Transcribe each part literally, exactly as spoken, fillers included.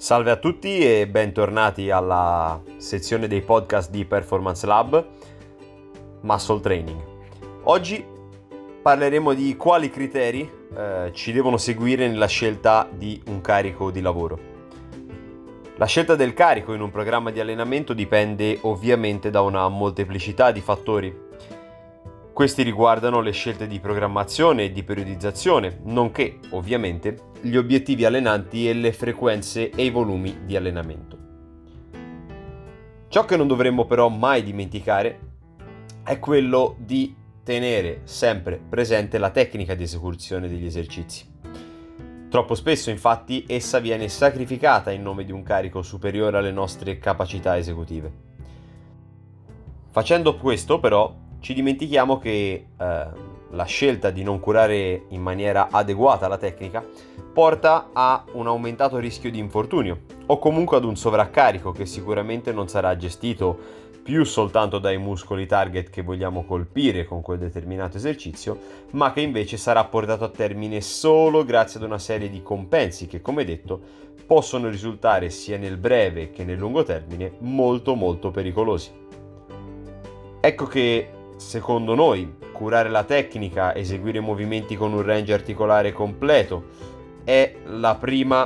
Salve a tutti e bentornati alla sezione dei podcast di Performance Lab Muscle Training. Oggi parleremo di quali criteri eh, ci devono seguire nella scelta di un carico di lavoro. La scelta del carico in un programma di allenamento dipende ovviamente da una molteplicità di fattori. Questi riguardano le scelte di programmazione e di periodizzazione, nonché, ovviamente, gli obiettivi allenanti e le frequenze e i volumi di allenamento. Ciò che non dovremmo però mai dimenticare è quello di tenere sempre presente la tecnica di esecuzione degli esercizi. Troppo spesso, infatti, essa viene sacrificata in nome di un carico superiore alle nostre capacità esecutive. Facendo questo, però, ci dimentichiamo che eh, la scelta di non curare in maniera adeguata la tecnica porta a un aumentato rischio di infortunio o comunque ad un sovraccarico che sicuramente non sarà gestito più soltanto dai muscoli target che vogliamo colpire con quel determinato esercizio, ma che invece sarà portato a termine solo grazie ad una serie di compensi che, come detto, possono risultare sia nel breve che nel lungo termine molto molto pericolosi. Ecco che secondo noi, curare la tecnica, eseguire movimenti con un range articolare completo è la prima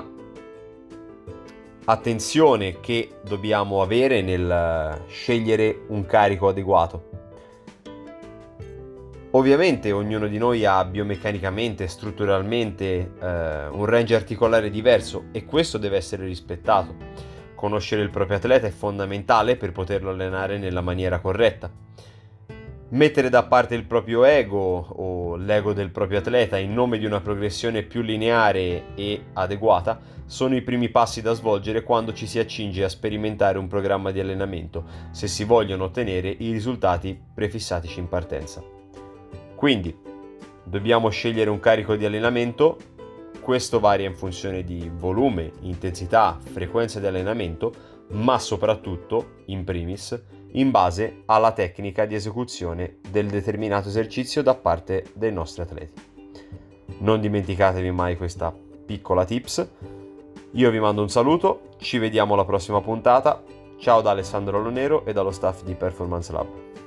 attenzione che dobbiamo avere nel scegliere un carico adeguato. Ovviamente ognuno di noi ha biomeccanicamente, strutturalmente eh, un range articolare diverso e questo deve essere rispettato. Conoscere il proprio atleta è fondamentale per poterlo allenare nella maniera corretta. Mettere da parte il proprio ego o l'ego del proprio atleta in nome di una progressione più lineare e adeguata sono i primi passi da svolgere quando ci si accinge a sperimentare un programma di allenamento, se si vogliono ottenere i risultati prefissatici in partenza. Quindi, dobbiamo scegliere un carico di allenamento. Questo varia in funzione di volume, intensità, frequenza di allenamento, ma soprattutto, in primis, in base alla tecnica di esecuzione del determinato esercizio da parte dei nostri atleti. Non dimenticatevi mai questa piccola tips. Io vi mando un saluto, ci vediamo alla prossima puntata. Ciao da Alessandro Lonero e dallo staff di Performance Lab.